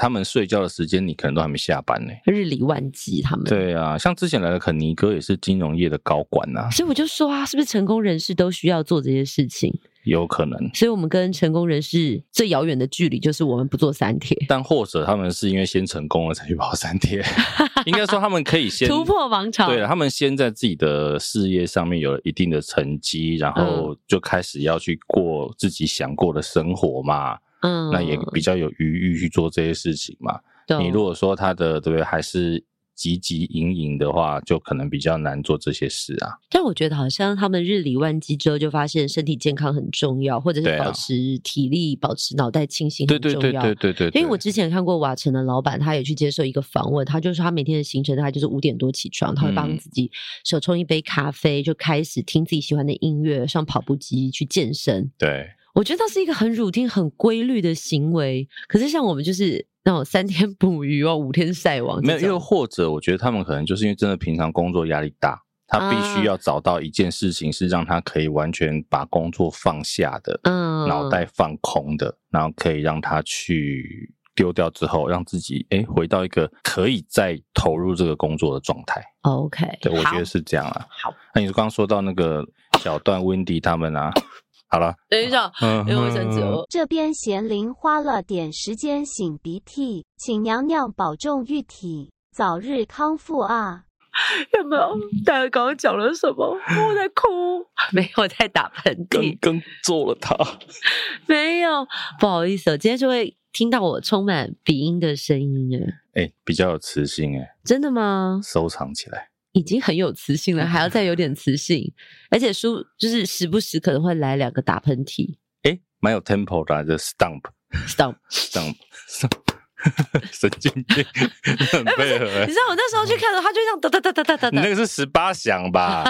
他们睡觉的时间你可能都还没下班呢、 日理万机他们。 对啊，像之前来的肯尼哥也是金融业的高管啊， 所以我就说啊，是不是成功人士都需要做这些事情？ 有可能， 所以我们跟成功人士最遥远的距离就是我们不做三铁， 但或者他们是因为先成功了才去跑三铁应该说他们可以先突破王朝， 对了，他们先在自己的事业上面有了一定的成绩，然后就开始要去过自己想过的生活嘛，嗯，那也比较有余裕去做这些事情嘛。你如果说他的对不对还是汲汲营营的话，就可能比较难做这些事啊。 但我觉得好像他们日理万机之后就发现身体健康很重要，或者是保持体力、啊、保持脑袋清醒很重要。 对对对对对 对, 对。 因为我之前看过瓦城的老板，他也去接受一个访问，他就说他每天的行程他就是五点多起床，他会帮自己手冲一杯咖啡，就开始听自己喜欢的音乐，上跑步机去健身。 对， 我觉得那是一个很 routine 很规律的行为。可是像我们就是那种三天捕鱼哦，五天晒网， 没有，因为或者我觉得他们可能就是因为真的平常工作压力大，他必须要找到一件事情是让他可以完全把工作放下的，嗯，脑袋放空的，然后可以让他去丢掉之后，让自己诶回到一个可以再投入这个工作的状态。 OK， 对，我觉得是这样啊。 好， 那你刚刚说到那个小段 Wendy 他们啊。好了， 等一下，因为卫生纸哦。 这边贤玲花了点时间擤鼻涕，请娘娘保重玉体，早日康复啊！ 有没有？大家刚刚讲了什么？我在哭，没有在打喷嚏， 刚刚做了他， 没有，不好意思，今天就会听到我充满鼻音的声音哎，哎，比较有磁性哎， 真的吗？ 收藏起来。 已经很有磁性了，还要再有点磁性，而且书就是时不时可能会来两个打喷嚏。 诶，蛮有 tempo 的，就 stomp stomp stomp stomp 神经病，很配合、欸。 你知道我那时候去看的，他就这样哒哒哒哒哒哒。 你那个是十八响吧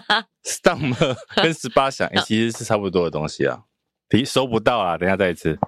？stomp 跟十八响、欸，其实是差不多的东西啊。题收不到啊，等一下再一次。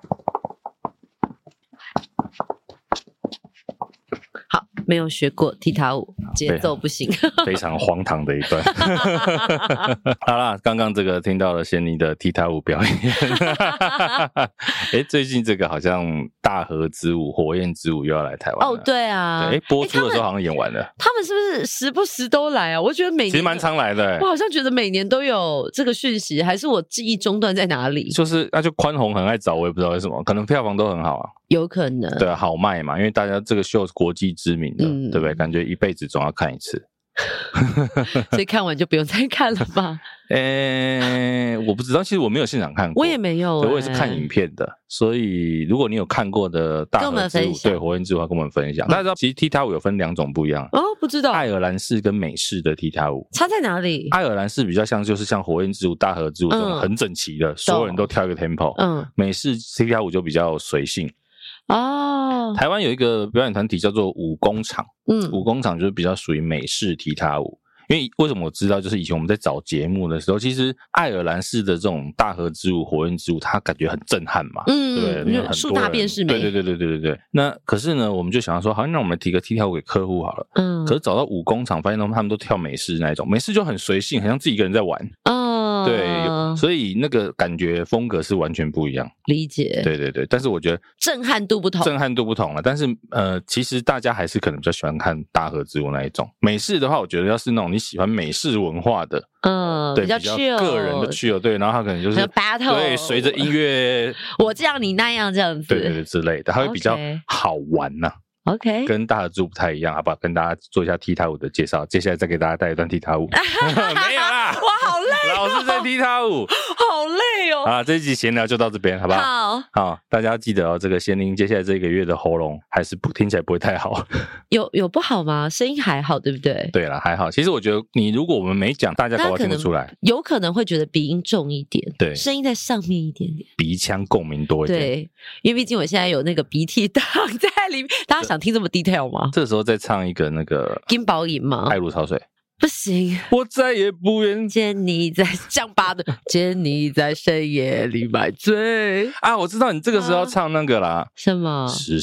好，没有学过踢踏舞，节奏不行， 非常荒唐的一段。好啦，刚刚这个听到了仙妮的踢踏舞表演。哎，最近这个好像大河之舞、火焰之舞又要来台湾了。 哦，对啊， 哎，播出的时候好像演完了。 他们是不是时不时都来啊？我觉得每年其实蛮常来的、欸。 我好像觉得每年都有这个讯息，还是我记忆中断在哪里？ 就是那、啊、就宽宏很爱找，我也不知道为什么，可能票房都很好啊。 有可能， 对啊，好卖嘛，因为大家这个秀是国际知名的，嗯、对不对？感觉一辈子总要看一次， 所以看完就不用再看了吧？ 诶，我不知道，其实我没有现場看过， 我也没有、欸， 我也是看影片的。所以如果你有看过的大河之舞，对火焰之舞，跟我们分享。嗯、大家知道，其实踢踏舞有分两种不一样哦，不知道爱尔兰式跟美式的踢踏舞差在哪里？ 爱尔兰式比较像就是像火焰之舞、大河之舞这种很整齐的，嗯、所有人都跳一个 tempo。嗯，美式踢踏舞就比较随性。哦，台湾有一个表演团体叫做舞工厂，嗯，舞工厂就是比较属于美式踢踏舞。因为为什么我知道，就是以前我们在找节目的时候，其实爱尔兰式的这种大河之舞、火焰之舞，它感觉很震撼嘛，嗯，对不对？ 树大便是美， 对对对对对对对。那可是呢，我们就想要说，好，那我们提个踢踏舞给客户好了，嗯。可是找到舞工厂，发现他们都跳美式那一种，美式就很随性，很像自己一个人在玩，哦，对，所以那个感觉风格是完全不一样。 理解， 对对对。但是我觉得震撼度不同， 震撼度不同了。但是呃，其实大家还是可能比较喜欢看大河之舞那一种。美式的话，我觉得要是那种你喜欢美式文化的，嗯，对，比较 chill 个人的 chill， 对，然后他可能就是 battle， 对，随着音乐， 我这样你那样这样子， 对对对之类的，它会比较好玩呐、啊。 OK， 跟大河之舞不太一样，好不好？跟大家做一下踢踏舞的介绍，接下来再给大家带一段踢踏舞。没有啦， 哇，好累、哦， 老是在踢踏舞， 好累哦。 啊，这一集闲聊就到这边，好不好？ 好， 好，大家要记得哦，这个贤玲接下来这个月的喉咙还是不听起来不会太好。 有有不好吗？声音还好，对不对？ 对啦，还好。其实我觉得你如果我们没讲，大家搞不好听不出来， 有可能会觉得鼻音重一点， 对， 声音在上面一点点， 鼻腔共鸣多一点。 对，因为毕竟我现在有那个鼻涕挡在里面，大家想听这么 detail 吗？ 这时候再唱一个那个金宝饮吗？ 爱如潮水。 不行， 我再也不愿见你在降八的，见你在深夜里买醉啊！我知道你这个时候要唱那个啦， 啊、什么？ 是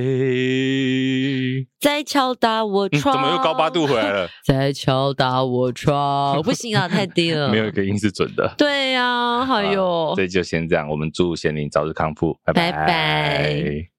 谁在敲打我窗、嗯？ 怎么又高八度回来了？ 在敲打我窗，不行啊，太低了， 没有一个音是准的。 对呀、啊，哎呦， 这就先这样，我们祝贤玲早日康复，拜拜。 拜拜。